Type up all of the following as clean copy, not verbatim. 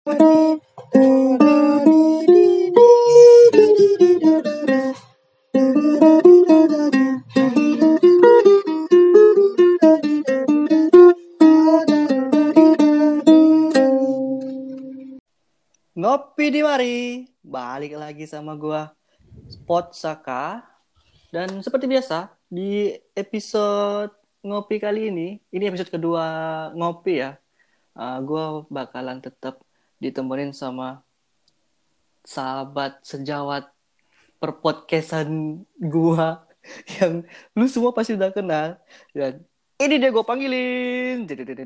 Ngopi di mari, balik lagi sama gua Spot Saka. Dan seperti biasa di episode ngopi kali ini episode kedua ngopi ya. Gua bakalan tetap ditemenin sama sahabat sejawat perpodcastan gua yang lu semua pasti udah kenal. Dan ini dia gue panggilin.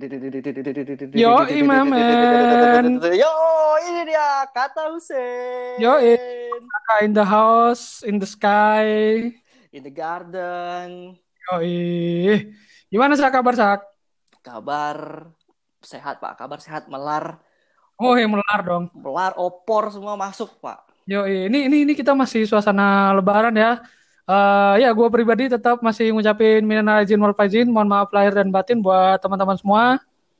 Yo, Imamen. Yo, ini dia Kata Hussein. Yo, in the house, in the sky. In the garden. Yo, gimana Sak kabar Sak? Kabar sehat Pak, kabar sehat melar. Oh, yang melar dong. Melar opor semua masuk Pak. Yo, ini kita masih suasana Lebaran ya. Ya, gue pribadi tetap masih ngucapin minal aidin wal faizin, mohon maaf lahir dan batin buat teman-teman semua.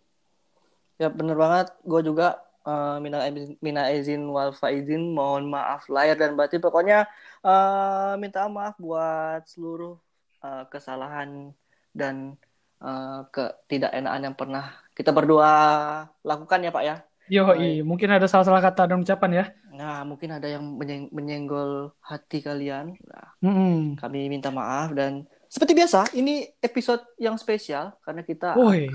Ya bener banget, gue juga minal aidin wal faizin, mohon maaf lahir dan batin. Pokoknya minta maaf buat seluruh kesalahan dan ketidakenaan yang pernah kita berdua lakukan ya Pak ya. Yo, mungkin ada salah-salah kata dan ucapan ya. Nah, mungkin ada yang menyenggol hati kalian. Nah, kami minta maaf dan seperti biasa, ini episode yang spesial karena kita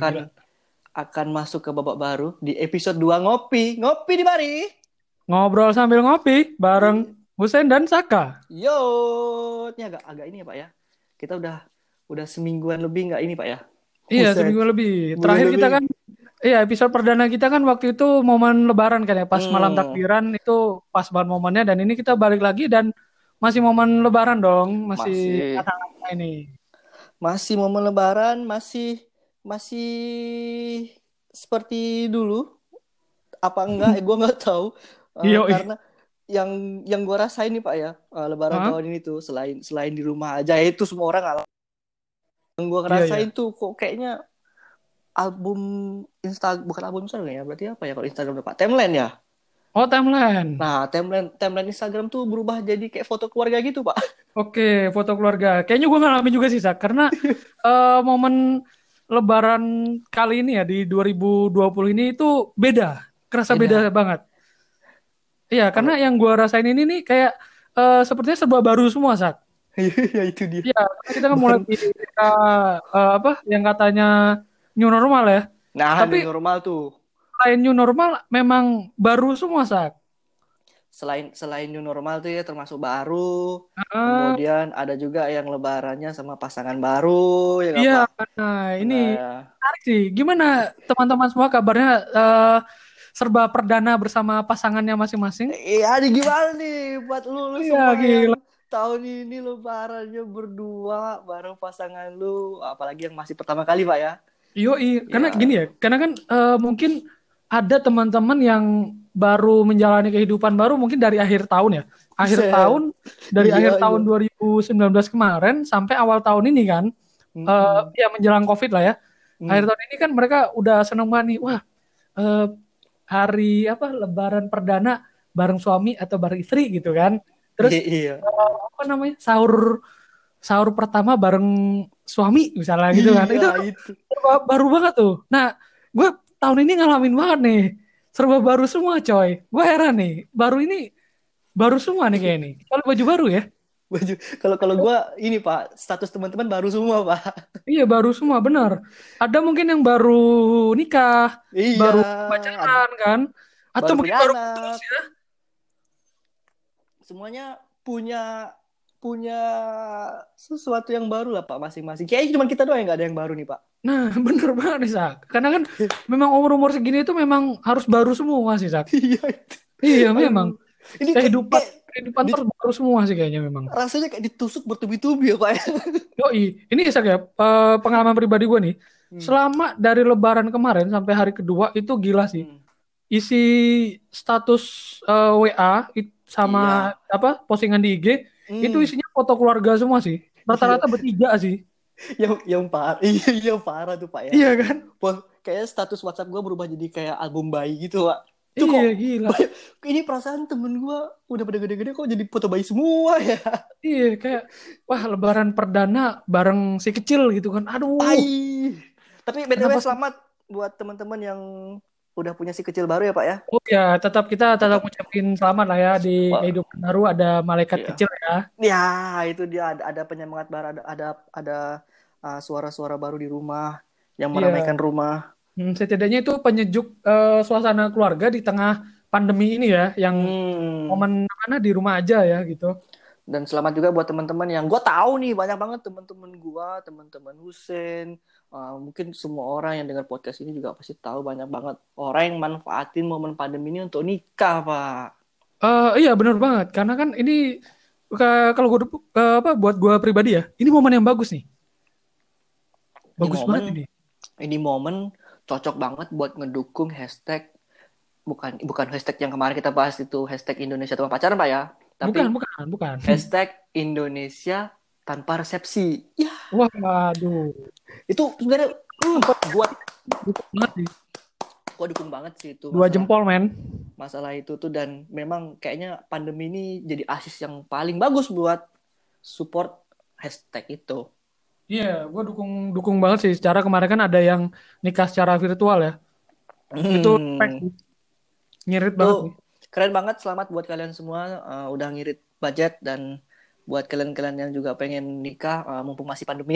akan masuk ke babak baru di episode 2 ngopi di mari. Ngobrol sambil ngopi bareng Hussein dan Saka. Yo, ini agak ini ya Pak ya. Kita udah semingguan lebih nggak ini Pak ya? Iya, seminggu lebih. Terakhir kita kan, episode perdana kita kan waktu itu momen Lebaran kan ya, pas malam takbiran itu pas banget momennya, dan ini kita balik lagi dan masih momen Lebaran dong, masih kata-kata ini. Masih momen Lebaran, masih seperti dulu. Apa enggak? Gue nggak tahu. Karena yang gue rasain nih Pak ya, Lebaran tahun ini tuh selain di rumah aja itu semua orang ngalamin. Yang gue ngerasain tuh kok kayaknya bukan album Instagram ya, berarti apa ya kalau Instagram Pak? Timeline ya? Oh, timeline. Nah, timeline Instagram tuh berubah jadi kayak foto keluarga gitu Pak. Oke, foto keluarga. Kayaknya gue ngalamin juga sih, Sak. Karena momen Lebaran kali ini ya, di 2020 ini itu beda. Kerasa beda banget. Iya, karena yang gue rasain ini nih kayak sepertinya serba baru semua, Sak. Ya itu dia. Iya, kita kan mulai yang katanya new normal ya. Nah, tapi new normal tuh. Selain new normal memang baru semua, Sak. Selain new normal tuh ya termasuk baru. Kemudian ada juga yang lebarannya sama pasangan baru ya. Iya, ini menarik sih. Gimana teman-teman semua kabarnya, serba perdana bersama pasangannya masing-masing? Iya, gimana nih buat lu semua gila. Tahun ini lebarannya berdua bareng pasangan lu, apalagi yang masih pertama kali Pak ya. Karena gini ya, karena kan mungkin ada teman-teman yang baru menjalani kehidupan baru mungkin dari akhir tahun ya. Akhir tahun 2019 kemarin sampai awal tahun ini kan. Menjelang Covid lah ya. Akhir tahun ini kan mereka udah seneng banget nih. Wah, hari Lebaran perdana bareng suami atau bareng istri gitu kan. Terus sahur pertama bareng suami misalnya gitu kan. Itu baru banget tuh. Nah, gue tahun ini ngalamin banget nih. Serba baru semua coy. Gue heran nih. Baru semua nih kayak ini. Kalau baju baru ya. Kalau gue ini Pak, status teman-teman baru semua Pak. Iya, baru semua benar. Ada mungkin yang baru nikah, baru pacaran kan, atau mungkin baru putus ya. Semuanya punya sesuatu yang baru lah Pak masing-masing. Kayaknya cuma kita doang yang nggak ada yang baru nih Pak. Nah, bener banget nih Sak. Karena kan memang umur segini itu memang harus baru semua sih Sak. Iya memang. Ini kehidupan terbaru semua sih kayaknya memang. Rasanya kayak ditusuk bertubi-tubi ya Pak ya. Ini Sak ya, pengalaman pribadi gue nih. Selama dari Lebaran kemarin sampai hari kedua itu gila sih. Isi status WA sama postingan di IG itu isinya foto keluarga semua sih. Rata-rata bertiga sih. Yang parah tuh Pak ya. Iya kan? Kayaknya status WhatsApp gue berubah jadi kayak album bayi gitu Pak. Itu kok Iya, gila. ini perasaan temen gue udah pada gede-gede kok jadi foto bayi semua ya. Iya, kayak wah lebaran perdana bareng si kecil gitu kan. Aduh, Pai. Tapi BTW kenapa? selamat buat teman-teman yang udah punya si kecil baru ya Pak ya. Oh ya, kita tetap Tetap. ngucapin selamat lah ya di Wah, kehidupan baru ada malaikat iya. kecil ya. Ya, itu dia ada penyemangat baru, ada suara-suara baru di rumah yang Iya. meramaikan rumah. Setidaknya itu penyejuk suasana keluarga di tengah pandemi ini ya, yang Hmm. momen mana di rumah aja ya gitu. Dan selamat juga buat teman-teman yang gue tahu nih banyak banget teman-teman gue, teman-teman Husen, mungkin semua orang yang dengar podcast ini juga pasti tahu banyak banget orang yang manfaatin momen pandemi ini untuk nikah, Pak. Iya benar banget, karena kan ini kalau gue apa buat gue pribadi ya, ini momen yang bagus nih, Ini bagus momen, banget ini. ini momen cocok banget buat ngedukung hashtag, bukan bukan hashtag yang kemarin kita bahas itu hashtag Indonesia tanpa pacaran, Pak ya, tapi Bukan, bukan, bukan. hashtag Indonesia tanpa resepsi. Ya, Waduh, itu sebenarnya buat bagus banget nih. gue dukung banget sih itu Dua masalah jempol men. masalah itu tuh, dan memang kayaknya pandemi ini jadi asis yang paling bagus buat support hashtag itu. Iya, gue dukung dukung banget sih. Secara kemarin kan ada yang nikah secara virtual ya. Itu respect Hmm. sih. Ngirit Itu banget nih. keren banget, selamat buat kalian semua udah ngirit budget, dan buat kalian-kalian yang juga pengen nikah mumpung masih pandemi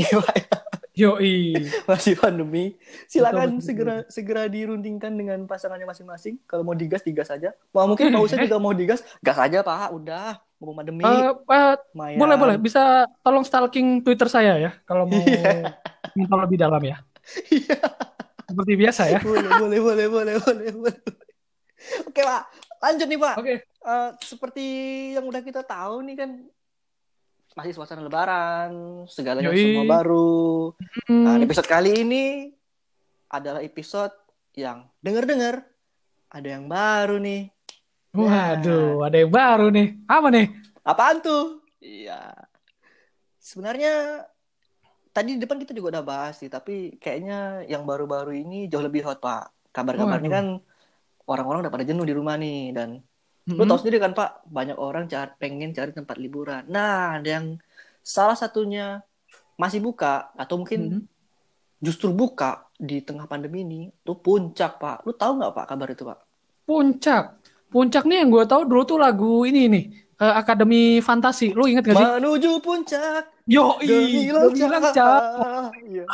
Yoi. masih pandemi, Betul, silakan betul, betul. segera segera dirundingkan dengan pasangannya masing-masing. Kalau mau digas digas aja. Wah, mungkin Pak Usen juga mau digas, gas aja Pak, udah mumpung pandemi. Eh, eh, boleh, boleh. Lumayan. Bisa tolong stalking Twitter saya ya, kalau mau Iya. info lebih dalam ya. Seperti biasa ya. Boleh, boleh, boleh, boleh, boleh, boleh. Oke, Pak. Lanjut nih, Pak. Oke. Seperti yang udah kita tahu nih kan, masih suasana lebaran, segalanya semua Yoi. baru. Nah, Hmm. episode kali ini adalah episode yang dengar-dengar ada yang baru nih. Waduh, Nah, ada yang baru nih. Apa nih? apaan tuh? Iya. Sebenarnya tadi di depan kita juga udah bahas sih, tapi kayaknya yang baru-baru ini jauh lebih hot, Pak. Kabar-kabarnya Waduh. kan orang-orang udah pada jenuh di rumah nih, dan lu tahu Mm-mm. sendiri kan Pak, banyak orang pengen cari tempat liburan. Nah, ada yang salah satunya masih buka atau mungkin Mm-mm. justru buka di tengah pandemi ini tuh Puncak, Pak. Lu tahu nggak Pak kabar itu Pak? Puncak. Puncak nih yang gue tahu dulu tuh lagu ini nih. Akademi Fantasi. Lu inget gak sih? Menuju puncak, Yoi, gemilang gemilang cah. cahaya,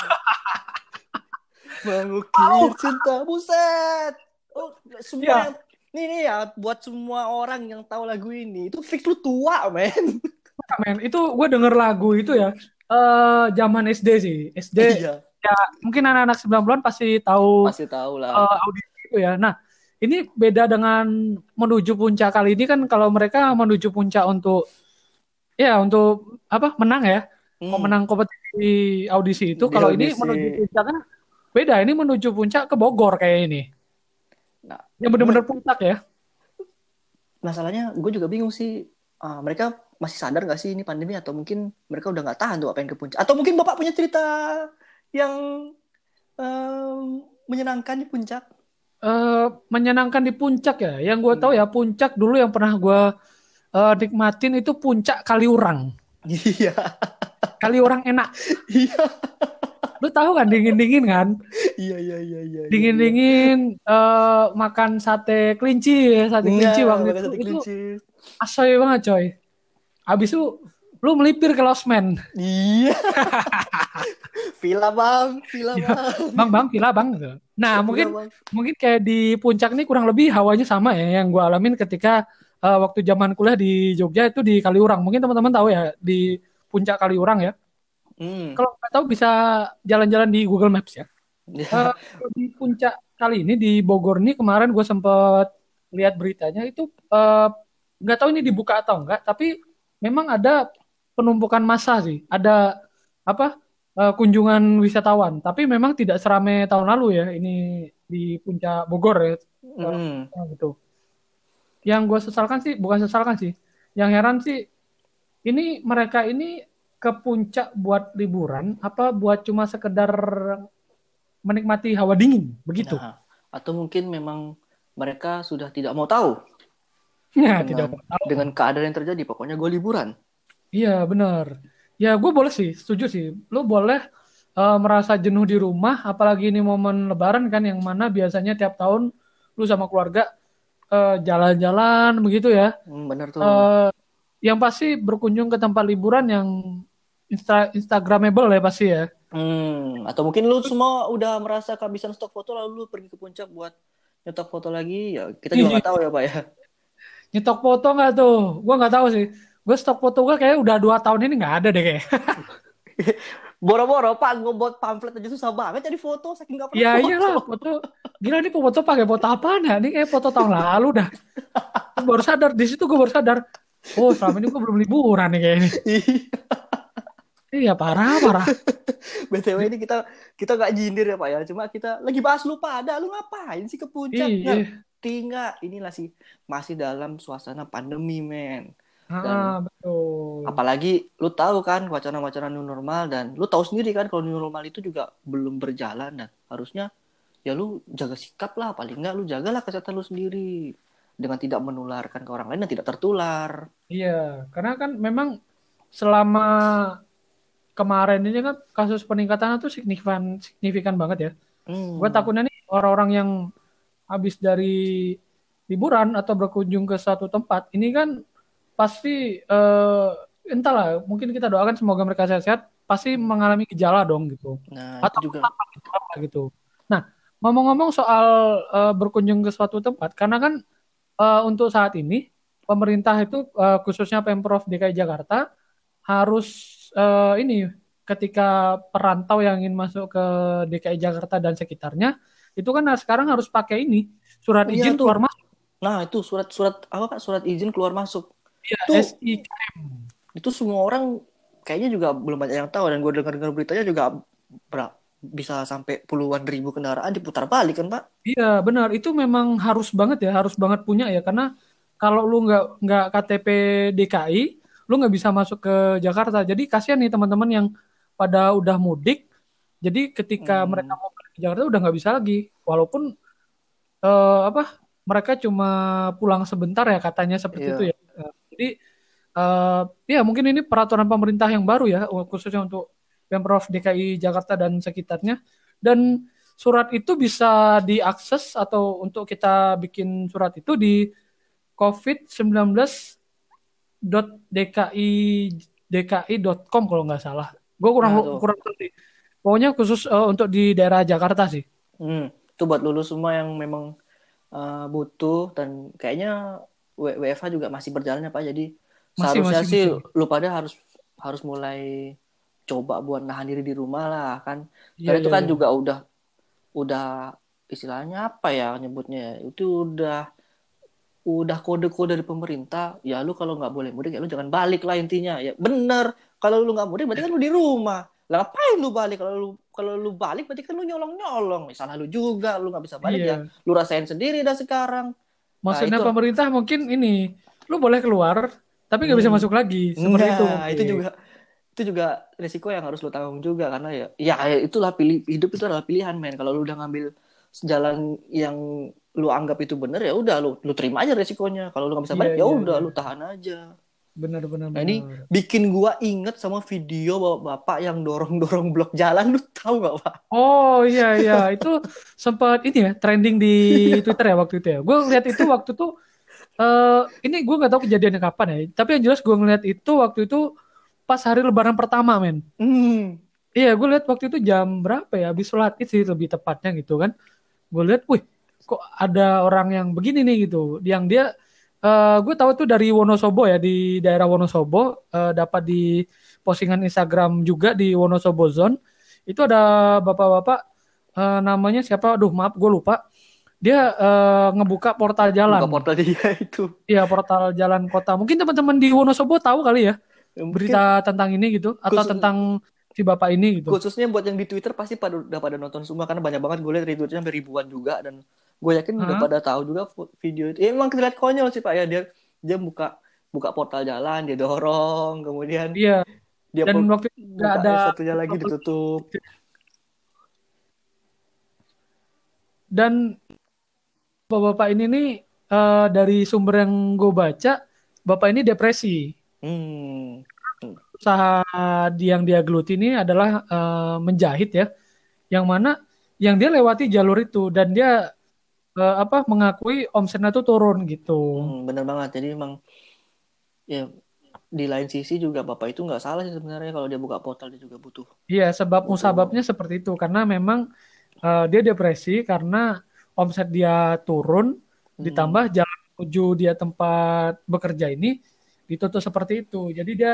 mengukir Oh, cinta, buset. Oh, semua ya. yang nih ya, buat semua orang yang tahu lagu ini itu fix lu tua, men. Men, itu gue denger lagu itu ya. Zaman SD sih. SD Iya, ya mungkin anak-anak 90-an pasti tahu pasti tahu lah. audisi itu ya. Nah, ini beda dengan menuju puncak kali ini kan kalau mereka menuju puncak untuk ya untuk apa? Menang ya. Hmm, Memenang kompetisi audisi itu. di Kalau ini audisi. menuju puncaknya beda. Ini menuju puncak ke Bogor kayak ini. Nah, Yang gue bener-bener puncak ya. masalahnya gue juga bingung sih. Mereka masih sadar nggak sih ini pandemi, atau mungkin mereka udah nggak tahan tuh apa yang ke puncak, atau mungkin bapak punya cerita yang menyenangkan di puncak. Menyenangkan di puncak ya. Yang gue tahu Iya. ya puncak dulu yang pernah gue nikmatin itu puncak Kaliurang. Iya. Kaliurang enak. Iya. Lu tahu kan dingin-dingin kan? Iya, iya, iya, iya, iya, iya. Dingin-dingin makan sate kelinci ya, sate kelinci Nah, waktu makan itu sate itu kelinci. asoy banget coy. Habis itu lu melipir ke Losmen. Iya. Villa bang, villa Ya, bang, bang, villa bang gitu. Nah, villa mungkin bang. mungkin kayak di puncak ini kurang lebih hawanya sama ya yang gue alamin ketika waktu zaman kuliah di Jogja itu di Kaliurang. Mungkin teman-teman tahu ya di puncak Kaliurang ya. Hmm. Kalau nggak tahu bisa jalan-jalan di Google Maps ya. Ya. Di puncak kali ini di Bogor ini kemarin gue sempet lihat beritanya itu nggak tahu ini dibuka atau enggak, tapi memang ada penumpukan massa sih, ada apa kunjungan wisatawan, tapi memang tidak seramai tahun lalu ya ini di puncak Bogor ya Hmm. gitu. Yang gue sesalkan sih bukan sesalkan sih, yang heran sih ini mereka ini ke puncak buat liburan apa buat cuma sekedar menikmati hawa dingin begitu. Nah, atau mungkin memang mereka sudah tidak mau tahu Ya, tidak dengan mau tahu. keadaan yang terjadi. Pokoknya gue liburan. Iya, benar. Ya, gue boleh sih, setuju sih. Lu boleh merasa jenuh di rumah, apalagi ini momen Lebaran kan, yang mana biasanya tiap tahun lu sama keluarga jalan-jalan begitu ya. Bener tuh. Eh, yang pasti berkunjung ke tempat liburan yang Instagramable ya pasti ya. Atau mungkin lu semua udah merasa kehabisan stok foto lalu lu pergi ke puncak buat nyetok foto lagi. Ya kita juga Ih, nggak tahu ya Pak ya. nyetok foto nggak tuh? Gue nggak tahu sih. Gue stok foto gue kayak udah 2 tahun ini nggak ada deh kayak. Boro-boro Pak ngebuat pamflet aja susah banget jadi foto saking nggak pernah Ya foto. iyalah foto. Gila nih foto pakai foto apaan ya? Ini kayak foto tahun lalu dah. Gue baru sadar di situ gue baru sadar. Oh selama ini gue belum liburan nih kayak ini. Iya parah parah. BTW ini kita kita nggak nyindir ya Pak ya. Cuma kita lagi bahas lu pada lu ngapain sih ke puncak? Iya. Ngerti nggak? Inilah sih masih dalam suasana pandemi men. Dan Betul. apalagi lu tahu kan wacana-wacana new normal dan lu tahu sendiri kan kalau new normal itu juga belum berjalan dan harusnya ya lu jaga sikap lah paling nggak lu jagalah kesehatan lu sendiri dengan tidak menularkan ke orang lain dan tidak tertular. Iya, karena kan memang selama kemarin ini kan kasus peningkatannya tuh signifikan signifikan banget ya. Gue Hmm, takutnya nih orang-orang yang habis dari liburan atau berkunjung ke suatu tempat ini kan pasti entahlah mungkin kita doakan semoga mereka sehat-sehat pasti mengalami gejala dong gitu nah itu atau juga. tanpa gejala gitu. Nah ngomong-ngomong soal berkunjung ke suatu tempat karena kan untuk saat ini pemerintah itu khususnya Pemprov DKI Jakarta harus ini ketika perantau yang ingin masuk ke DKI Jakarta dan sekitarnya itu kan sekarang harus pakai ini surat Oh iya izin tuh. keluar masuk Nah itu surat-surat apa Pak? Surat izin keluar masuk. ya Itu SIKM. semua orang kayaknya juga belum banyak yang tahu dan gue dengar-dengar beritanya juga bisa sampai puluhan ribu kendaraan diputar balik kan Pak? Iya benar itu memang harus banget ya harus banget punya ya karena kalau lu nggak KTP DKI lu nggak bisa masuk ke Jakarta jadi kasihan nih teman-teman yang pada udah mudik jadi ketika mereka Hmm, mau balik ke Jakarta udah nggak bisa lagi walaupun apa mereka cuma pulang sebentar ya katanya seperti itu iya. ya. Jadi eh, ya mungkin ini peraturan pemerintah yang baru ya khususnya untuk Pemprov DKI Jakarta dan sekitarnya dan surat itu bisa diakses atau untuk kita bikin surat itu di covid19.dki.com kalau nggak salah. Gue kurang Nah tuh. kurang ngerti. Pokoknya khusus untuk di daerah Jakarta sih. Itu buat lulus semua yang memang butuh dan kayaknya WFH juga masih berjalan ya Pak. Jadi Masih seharusnya masih sih masih. lu pada harus harus mulai coba buat nahan diri di rumah lah kan. Iya Dan itu iya kan iya. juga udah istilahnya apa ya nyebutnya ya. Itu udah kode-kode dari pemerintah. Ya lu kalau nggak boleh mudik ya lu jangan balik lah intinya. Ya bener. Kalau lu nggak mudik berarti kan lu di rumah. Lah ngapain lu balik kalau lu balik berarti kan lu nyolong-nyolong. Salah lu juga, lu nggak bisa balik ya. Iya. Lu rasain sendiri dah sekarang. Nah, Maksudnya itu pemerintah mungkin ini, lu boleh keluar, tapi nggak bisa hmm, masuk lagi. Seperti itu nah, mungkin. itu juga risiko yang harus lu tanggung juga karena ya itulah pilih hidup itu adalah pilihan men. Kalau lu udah ngambil jalan yang lu anggap itu bener ya udah lu terima aja resikonya. Kalau lu nggak bisa Iya, balik ya iya, udah iya. lu tahan aja. Benar, benar, Nah ini benar. bikin gua inget sama video bapak yang dorong-dorong blok jalan, lu tahu gak Pak? Oh iya, iya. Itu sempat ini ya, trending di Twitter ya waktu itu ya. Gue ngeliat itu waktu itu, eh ini gue nggak tahu kejadiannya kapan ya. Tapi yang jelas gue ngeliat itu waktu itu pas hari Lebaran pertama, men. Hmm, Iya, gue lihat waktu itu jam berapa ya? Habis sholat id sih lebih tepatnya gitu kan. Gue lihat, wih, kok ada orang yang begini nih gitu. Yang dia, gue tahu tuh dari Wonosobo ya di daerah Wonosobo. Dapat di postingan Instagram juga di Wonosobo Zone. Itu ada bapak-bapak namanya siapa? Aduh, maaf, gue lupa. Dia ngebuka portal jalan. buka portal dia itu. Iya, portal jalan kota. Mungkin teman-teman di Wonosobo tahu kali ya Ya, berita mungkin tentang ini gitu atau khusus, tentang si bapak ini gitu. khususnya buat yang di Twitter pasti udah pada nonton semua karena banyak banget gue lihat retweetnya sampai ribuan juga dan gue yakin udah Hah? pada tahu juga video itu. Emang terlihat konyol sih Pak ya dia dia buka buka portal jalan dia dorong kemudian Iya, dia dan pun waktu itu nggak buka ada yang satunya lagi ditutup. dan bapak ini nih dari sumber yang gue baca, bapak ini depresi. Hmm. Usaha yang dia geluti ini adalah menjahit ya, yang mana yang dia lewati jalur itu dan dia mengakui omsetnya tuh turun gitu. Bener banget. Jadi emang ya di lain sisi juga bapak itu nggak salah sih sebenarnya kalau dia buka portal dia juga butuh Iya, sebab butuh uang. musababnya seperti itu karena memang dia depresi karena omset dia turun ditambah Hmm. jalan menuju dia tempat bekerja ini ditutup seperti itu. Jadi dia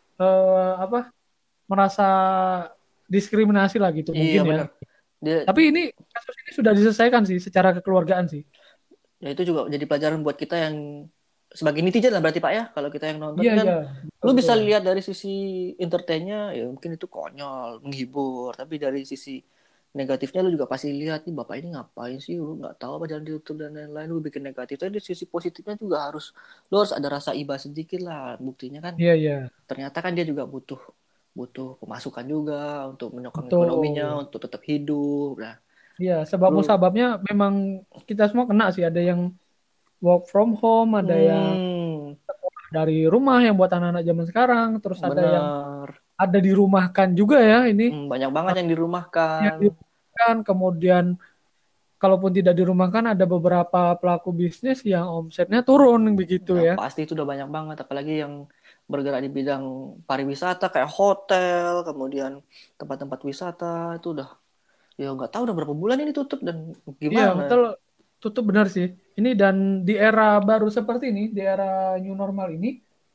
apa merasa diskriminasi lah gitu Iya mungkin ya. bener. Dia Tapi ini kasus ini sudah diselesaikan sih secara kekeluargaan sih. ya itu juga jadi pelajaran buat kita yang sebagai netizen lah berarti Pak ya. Kalau kita yang nonton Iya kan iya betul lu bisa betul. lihat dari sisi entertainnya ya mungkin itu konyol, menghibur, tapi dari sisi negatifnya lu juga pasti lihat nih bapak ini ngapain sih lu nggak tahu apa jalan ditutup dan lain-lain lu bikin negatif. Tapi di sisi positifnya juga lu harus ada rasa iba sedikit lah. Buktinya kan Iya iya ternyata kan dia juga butuh butuh pemasukan juga untuk menyokong ekonominya betul. untuk tetap hidup. Nah, Iya sebab lu musababnya memang kita semua kena sih ada yang work from home, ada yang hmm, dari rumah yang buat anak-anak zaman sekarang, terus ada yang bener. ada dirumahkan juga ya ini Banyak banget yang yang dirumahkan. dirumahkan, kemudian kalaupun tidak dirumahkan ada beberapa pelaku bisnis yang omsetnya turun begitu Ya, ya. pasti itu udah banyak banget. Apalagi yang bergerak di bidang pariwisata kayak hotel, kemudian tempat-tempat wisata itu udah ya nggak tahu udah berapa bulan ini tutup dan Iya gimana. betul, tutup benar sih. Ini dan di era baru seperti ini, di era new normal ini,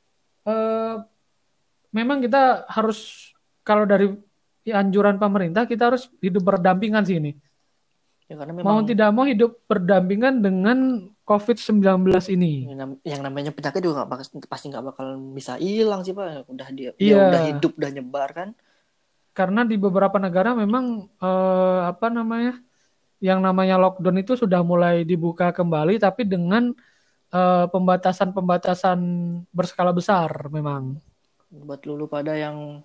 eh, memang kita harus kalau dari anjuran pemerintah kita harus hidup berdampingan sih ini. Ya karena Mau memang tidak mau hidup berdampingan dengan COVID-19 ini. yang namanya penyakit juga pasti nggak bakal bisa hilang sih Pak. Udah dia Iya, udah hidup udah nyebar kan. karena di beberapa negara memang apa namanya, yang namanya lockdown itu sudah mulai dibuka kembali, tapi dengan pembatasan-pembatasan berskala besar memang. Buat lulu pada yang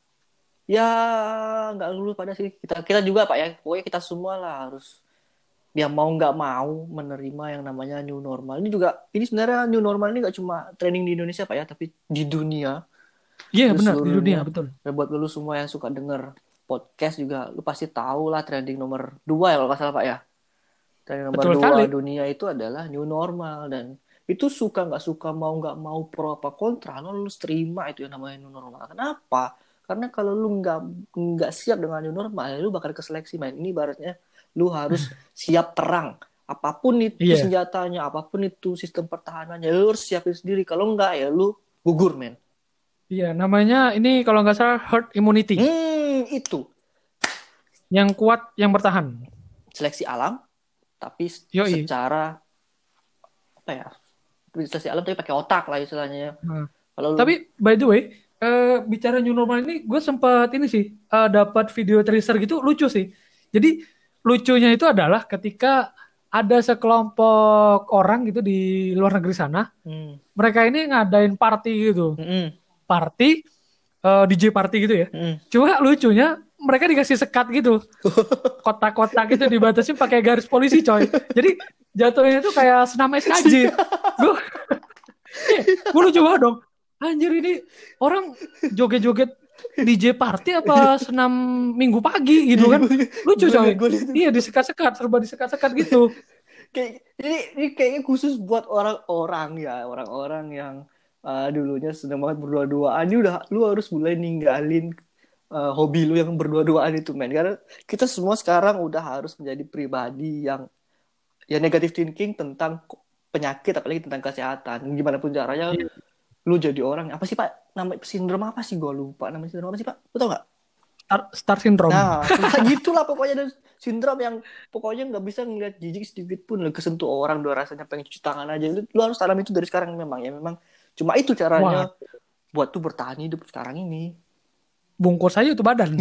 ya nggak lulu pada sih kita kita juga Pak ya. Pokoknya kita semua lah harus yang mau nggak mau menerima yang namanya new normal. Ini juga, ini sebenarnya new normal ini nggak cuma training di Indonesia Pak ya, tapi di dunia, Iya di benar, di seluruh dunia dunia. betul. Dan buat lu semua yang suka denger podcast juga, lu pasti tahu lah trending nomor 2 ya kalau nggak salah Pak ya. Trending nomor Betul 2 sekali. dunia itu adalah new normal. Dan itu suka nggak suka, mau nggak mau, pro apa kontra, lu harus terima itu yang namanya new normal. Kenapa? Karena kalau lu nggak siap dengan new normal, ya lu bakal keseleksi main. Ini ibaratnya lu harus siap perang. Apapun itu Iya. senjatanya, apapun itu sistem pertahanannya, lu harus siapin sendiri. Kalau nggak ya lu gugur men. Iya, namanya ini kalau nggak salah herd immunity. Itu Yang kuat, yang bertahan. seleksi alam, tapi Yoi. secara apa ya? Seleksi alam tapi pakai otak lah istilahnya. Nah, Kalau lu tapi by the way, bicara new normal ini, gue sempat ini sih dapat video teaser gitu lucu sih. Jadi lucunya itu adalah ketika ada sekelompok orang gitu di luar negeri sana, hmm, mereka ini ngadain party gitu, hmm, party DJ party gitu ya. hmm. Cuma lucunya mereka dikasih sekat gitu, kotak-kotak gitu dibatasi pakai garis polisi coy. Jadi jatuhnya itu kayak senam SKJ. Gue gue lucu banget dong. Anjir ini orang joget-joget DJ party apa senam minggu pagi gitu Iya, kan. Lucu gue coy. gue liat itu. Iya disekat-sekat, serba disekat-sekat gitu. Kayak ini kayaknya khusus buat orang-orang ya, orang-orang yang dulunya seneng banget berdua-duaan. Ini udah lu harus mulai ninggalin hobi lu yang berdua-duaan itu, men. Karena kita semua sekarang udah harus menjadi pribadi yang ya negative thinking tentang penyakit, apalagi tentang kesehatan. Gimana pun caranya Iya. lu jadi orang apa sih Pak? Nama sindrom apa sih? Gue lupa namanya sindrom apa sih Pak? Lu tau nggak? Star syndrome. Nah, gitulah pokoknya ada sindrom yang pokoknya nggak bisa ngeliat jijik sedikit pun, kesentuh orang udah rasanya pengen cuci tangan aja. Lu harus tanam itu dari sekarang memang ya memang cuma itu Wah, caranya buat tuh bertahan hidup sekarang ini. bungkus aja tuh badan.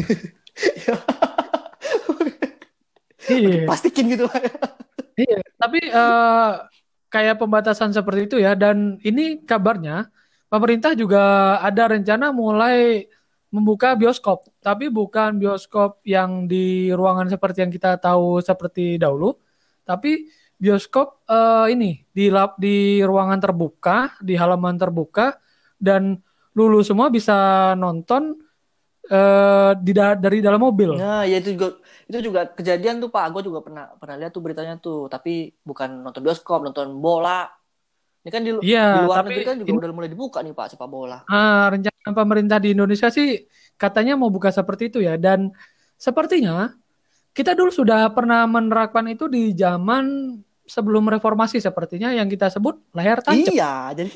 Pakai Iya. plastikin gitu. Iya, tapi kayak pembatasan seperti itu ya, dan ini kabarnya pemerintah juga ada rencana mulai membuka bioskop, tapi bukan bioskop yang di ruangan seperti yang kita tahu seperti dahulu, tapi bioskop ini di ruangan terbuka, di halaman terbuka, dan lulu semua bisa nonton dari dalam mobil. Nah, ya itu juga kejadian tuh Pak. Gue juga pernah pernah lihat tuh beritanya tuh, tapi bukan nonton bioskop, nonton bola. Ini kan Iya, di luar tapi negeri kan juga ini udah mulai dibuka nih Pak sepak bola. rencana pemerintah di Indonesia sih katanya mau buka seperti itu ya. Dan sepertinya kita dulu sudah pernah menerapkan itu di zaman sebelum reformasi sepertinya yang kita sebut layar tancap. Iya, jadi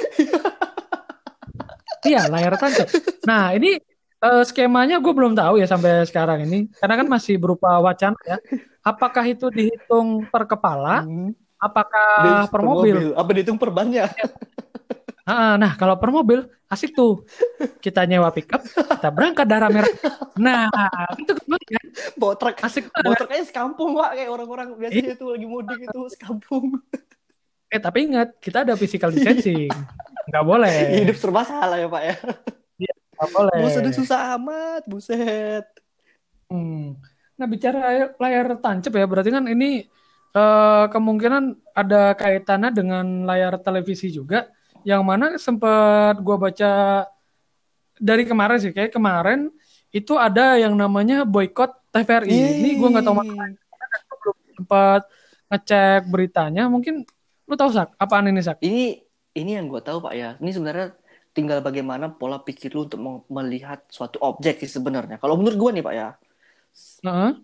Iya, layar tancap. Nah, ini skemanya gue belum tahu ya sampai sekarang ini, karena kan masih berupa wacana ya. Apakah itu dihitung per kepala? Apakah per per mobil? mobil. Apa dihitung per bannya? Nah, kalau per mobil asik tuh. Kita nyewa pickup, kita berangkat darah merah. Nah, itu kebanggaan. Bawa truk, Asik bawa banget. truk aja sekampung Pak, kayak orang-orang biasanya Iya. tuh lagi mudik itu sekampung. Tapi ingat, kita ada physical distancing. Nggak boleh. Hidup serba salah ya Pak ya. Iya, nggak boleh. Buset, susah amat, buset. Hmm. Nah, bicara layar tancap ya, berarti kan ini kemungkinan ada kaitannya dengan layar televisi juga, yang mana sempat gua baca dari kemarin sih, kayak kemarin itu ada yang namanya boykot TVRI. Ini gua nggak tahu masalah, Yeay. gua belum sempat ngecek beritanya. Mungkin lu tahu Sak, apaan ini Sak? Ini yang gue tahu Pak ya. Ini sebenarnya tinggal bagaimana pola pikir lu untuk melihat suatu objek sih sebenarnya. Kalau menurut gue nih Pak ya, Heeh.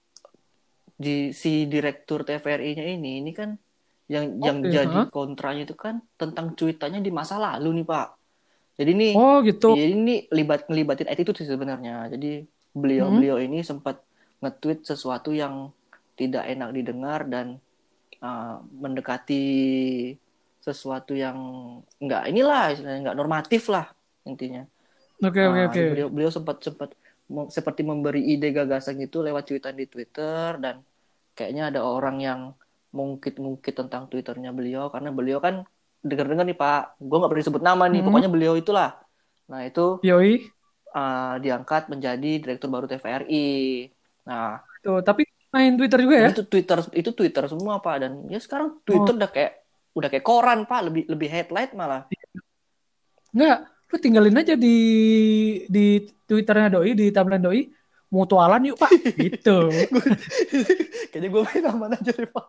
si direktur TVRI-nya ini kan yang Oke, jadi heeh. kontranya itu kan tentang cuitannya di masa lalu nih Pak. Jadi Oh gitu. ini ngelibatin attitude sih sebenarnya. Jadi Hmm. beliau ini sempat nge-tweet sesuatu yang tidak enak didengar dan mendekati sesuatu yang nggak normatif lah intinya. Oke, oke, oke. Beliau sempat sempat seperti memberi ide gagasan itu lewat cuitan di Twitter, dan kayaknya ada orang yang ngungkit-ngungkit tentang Twitternya beliau karena beliau kan dengar-dengar nih Pak, gue nggak berani sebut nama nih, Hmm. pokoknya beliau itulah. Nah itu Yoi. diangkat menjadi direktur baru TVRI. Nah Tuh, tapi main Twitter juga ya? itu Twitter semua Pak, dan ya sekarang Oh, Twitter udah kayak koran Pak, lebih lebih headlight malah. enggak, lu tinggalin aja di Twitternya Doi, di timeline Doi, mutualan yuk Pak, gitu. Kayaknya gue main aman aja deh Pak.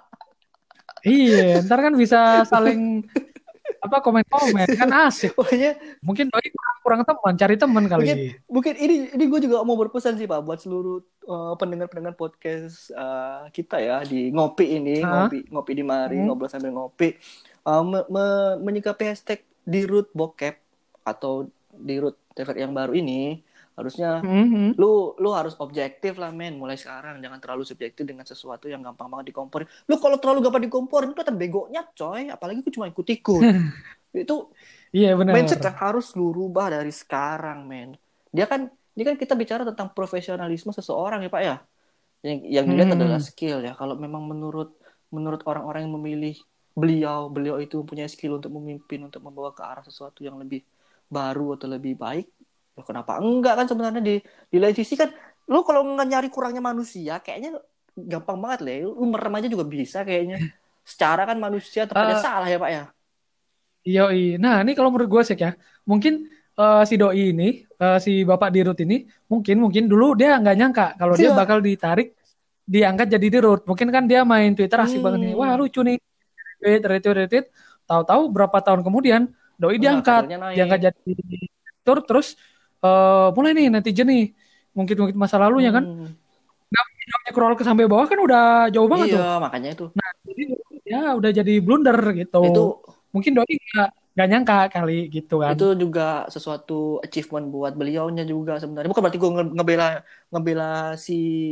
Iya, ntar kan bisa saling apa komen-komen kan asik. Pokoknya Mungkin Doi kurang teman, cari teman kali. mungkin mungkin ini gue juga mau berpesan sih Pak buat seluruh pendengar-pendengar podcast kita ya di ngopi ini, Hah? ngopi ngopi di mari, Hmm. ngobrol sambil ngopi. Menyikapi hashtag di root bokep atau di root TVR yang baru ini, harusnya Hmm. Hmm. lu harus objektif lah men, mulai sekarang jangan terlalu subjektif dengan sesuatu yang gampang banget dikomporin. Lu kalau terlalu gampang dikomporin itu kelihatan begonya coy, apalagi gue cuma ikut-ikut. Itu Iya benar. mindset yang harus lu rubah dari sekarang men. Dia kan kita bicara tentang profesionalisme seseorang ya Pak ya. Yang dilihat adalah Hmm. skill ya. Kalau memang menurut menurut orang-orang yang memilih beliau itu punya skill untuk memimpin, untuk membawa ke arah sesuatu yang lebih baru atau lebih baik, ya kenapa enggak kan sebenarnya di lain sisi kan lu kalau nggak nyari kurangnya manusia kayaknya gampang banget lah. Lu merem aja juga bisa kayaknya. Secara kan manusia tempatnya Eh, salah ya Pak ya. Yoi. Nah, ini kalau menurut gue sih ya, mungkin si Doi ini, si Bapak Dirut ini, mungkin mungkin dulu dia nggak nyangka kalau dia Iya. bakal ditarik, diangkat jadi Dirut. Mungkin kan dia main Twitter asik banget nih, wah Hmm. lucu nih, retweet. Tahu-tahu berapa tahun kemudian Doi Nah, diangkat, karirnya diangkat naik. jadi direktur, terus mulai nih netizen nih, mungkin masa lalunya kan, Hmm. nggak scroll ke sampai bawah kan udah jauh banget Iya, tuh. makanya itu. Nah, jadi ya udah jadi blunder gitu. Itu Mungkin Doi nggak nyangka kali gitu kan. itu juga sesuatu achievement buat beliaunya juga sebenarnya. Bukan berarti gue ngebela ngebela si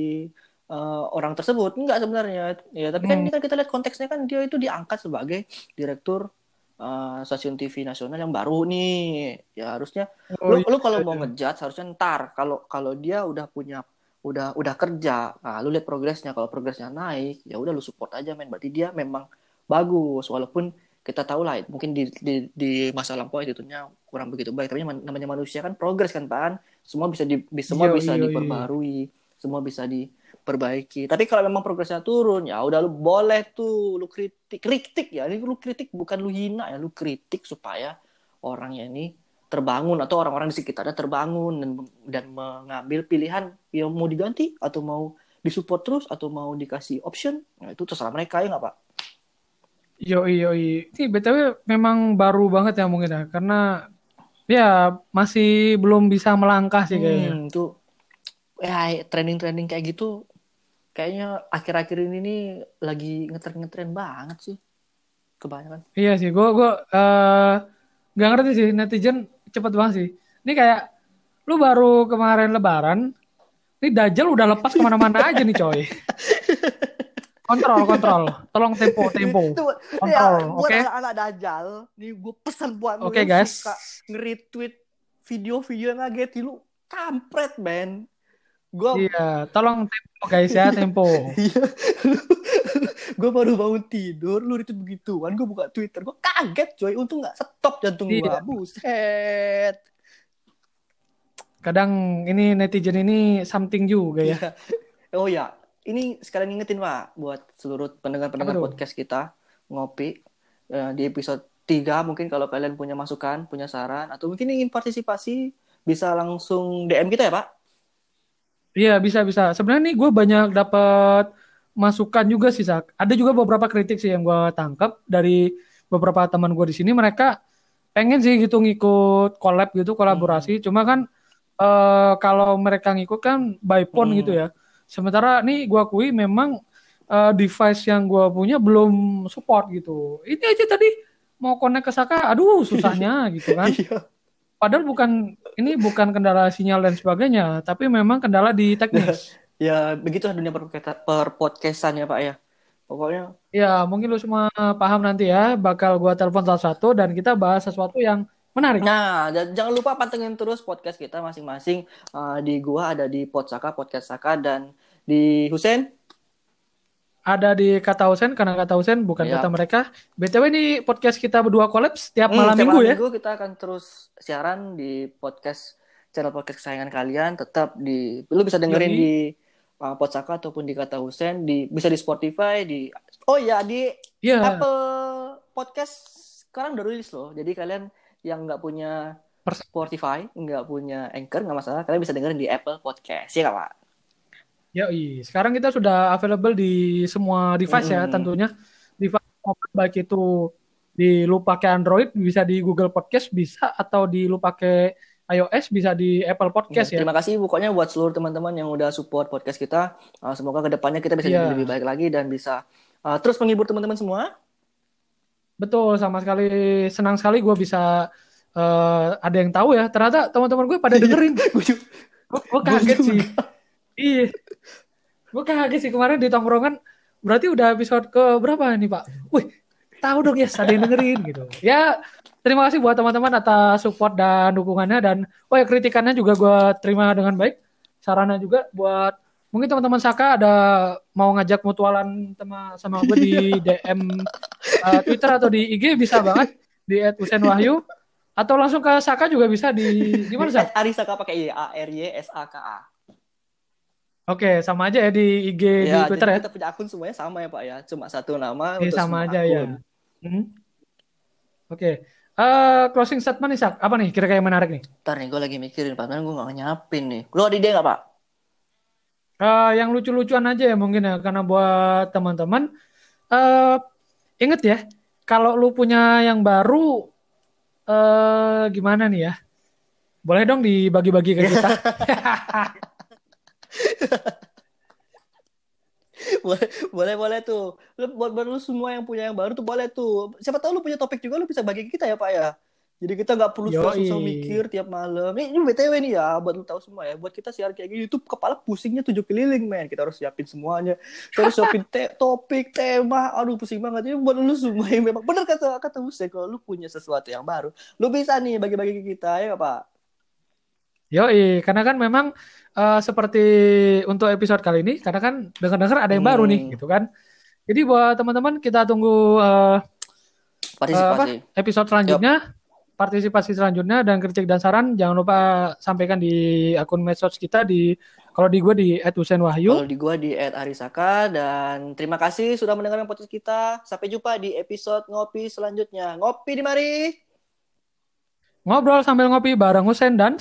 orang tersebut, enggak sebenarnya. Ya, tapi kan Hmm. ini kan kita lihat konteksnya kan dia itu diangkat sebagai direktur stasiun TV nasional yang baru nih. Ya harusnya Oh lu iya, kalau iya, mau iya. ngejudge harusnya ntar kalau kalau dia udah punya udah kerja, nah lu lihat progresnya. Kalau progresnya naik, ya udah lu support aja men. Berarti dia memang bagus walaupun kita tahu lah mungkin di masa lampau attitude-nya kurang begitu baik, tapi namanya manusia kan progres kan Pak, semua bisa Iya, semua bisa iya, iya. diperbarui, semua bisa perbaiki. Tapi kalau memang progresnya turun, ya udah lu boleh tuh lu kritik ya. Ini lu kritik bukan lu hina ya, lu kritik supaya orangnya ini terbangun atau orang-orang di sekitarnya terbangun dan mengambil pilihan yang mau diganti atau mau disupport terus atau mau dikasih option. Nah, itu terserah mereka ya nggak Pak? Yoi. Ini BTW memang baru banget ya mungkin ya. Karena ya masih belum bisa melangkah sih kayaknya. Itu ya trending-trending kayak gitu kayaknya akhir-akhir ini nih lagi ngetren banget sih kebanyakan. Iya sih, gue nggak ngerti sih netizen cepet banget sih. Ini kayak lu baru kemarin Lebaran, ini Dajjal udah lepas kemana-mana aja nih coy. Kontrol, tolong tempo, Itu kontrol, ya buat oke? anak-anak dajal, nih gue pesan buat lu Oke yang guys, suka nge-retweet video-video yang ngagetin lu, kampret men. Gue iya, tolong tempo guys ya, tempo. gue baru bangun tidur, lu itu begituan, gue buka Twitter, gue kaget coy, untung nggak stop jantung gue, Iya, buset. kadang ini netizen ini something juga ya. Iya. Oh ya, ini sekalian ngingetin Pak buat seluruh Apa pendengar-pendengar tuh? podcast kita ngopi di episode 3 mungkin kalau kalian punya masukan, punya saran atau mungkin ingin partisipasi bisa langsung DM kita ya Pak. Iya bisa. Sebenarnya nih gue banyak dapat masukan juga sih, Sak. Ada juga beberapa kritik sih yang gue tangkap dari beberapa teman gue di sini. Mereka pengen sih gitu ngikut collab gitu, kolaborasi. Cuma kan kalau mereka ngikut kan by phone gitu ya. Sementara nih gue akui memang device yang gue punya belum support gitu. Ini aja tadi mau connect ke Saka, aduh susahnya gitu kan. Iya. Padahal ini bukan kendala sinyal dan sebagainya, tapi memang kendala di teknis. Ya begitu dunia per podcastan ya Pak ya. Pokoknya Ya, mungkin lu semua paham nanti ya, bakal gua telepon satu-satu dan kita bahas sesuatu yang menarik. nah, jangan lupa pantengin terus podcast kita masing-masing. Di gua ada di Podsaka, Podcast Saka dan di Husen. Ada di Kata Husen, karena Kata Husen bukan kata Ya, mereka. BTW ini podcast kita berdua kolaps tiap malam Setiap minggu malam ya. minggu kita akan terus siaran di channel podcast kesayangan kalian. Tetap lu bisa dengerin Yoi. di Podsaka ataupun di Kata Husen, bisa di Spotify, oh ya di Iya, Apple Podcast sekarang udah rilis loh. Jadi kalian yang nggak punya pers- Spotify, nggak punya Anchor, nggak masalah. Kalian bisa dengerin di Apple Podcast, ya nggak Pak? yoi. Sekarang kita sudah available di semua device ya, Mm-mm. tentunya. Device baik itu di lu pakai Android bisa di Google Podcast bisa atau di lu pakai iOS bisa di Apple Ya, Podcast ya. terima kasih pokoknya buat seluruh teman-teman yang udah support podcast kita. Semoga kedepannya kita bisa jadi lebih Iya. baik lagi dan bisa terus menghibur teman-teman semua. Betul, sama sekali senang sekali gue bisa ada yang tahu ya. Ternyata teman-teman gue pada Iya, dengerin. gue juga. Gue Gue kaget sih. juga. Iya, gue kaget sih kemarin di tongkrongan. Berarti udah episode ke berapa nih Pak? Wih, tahu dong ya, ada yang dengerin gitu. Ya, terima kasih buat teman-teman atas support dan dukungannya dan oh ya kritikannya juga gue terima dengan baik. Sarannya juga buat mungkin teman-teman Saka ada mau ngajak mutualan sama gue di DM Twitter atau di IG bisa banget di @usenwahyu atau langsung ke Saka juga bisa di Di mana Sak? Arisaka pakai ARYSAKA. Oke, sama aja ya di IG di Ya, Twitter jadi ya. kita punya akun semuanya sama ya Pak ya. Cuma satu nama Ini untuk sama semua aja ya. akun. Hmm. Oke. Closing statement nih Sak. Apa nih kira-kira yang menarik nih? Ntar nih gue lagi mikirin Pak, gue nggak nyapin nih. Lu ada ide nggak Pak? Yang lucu-lucuan aja ya mungkin ya karena buat teman-teman eh inget ya kalau lu punya yang baru gimana nih ya? Boleh dong dibagi-bagi ke kita. boleh tuh. Buat lu semua yang punya yang baru tuh boleh tuh. Siapa tahu lu punya topik juga lu bisa bagi ke kita ya Pak ya. Jadi kita nggak perlu susah-susah Yoi. mikir tiap malam. Ini BTW nih ya, buat lu tahu semua ya. Buat kita siaran kayak gini, YouTube kepala pusingnya 7 keliling, men. Kita harus siapin semuanya. Kita harus siapin topik, tema. Aduh, pusing banget. Ini buat lu semua yang memang bener kata Hussein, kalau lu punya sesuatu yang baru, lu bisa nih bagi-bagi ke kita ya nggak, Pak? Yoi, karena kan memang seperti untuk episode kali ini, karena kan dengar-dengar ada yang baru nih, Hmm, gitu kan. Jadi buat teman-teman kita tunggu partisipasi. episode Yap. selanjutnya, partisipasi selanjutnya dan kritik dan saran jangan lupa sampaikan di akun medsos kita di Kalau di gue di @husainwahyu. Kalau di gua di @arisaka, dan terima kasih sudah mendengarkan podcast kita. Sampai jumpa di episode ngopi selanjutnya. Ngopi di mari. Ngobrol sambil ngopi bareng Husain dan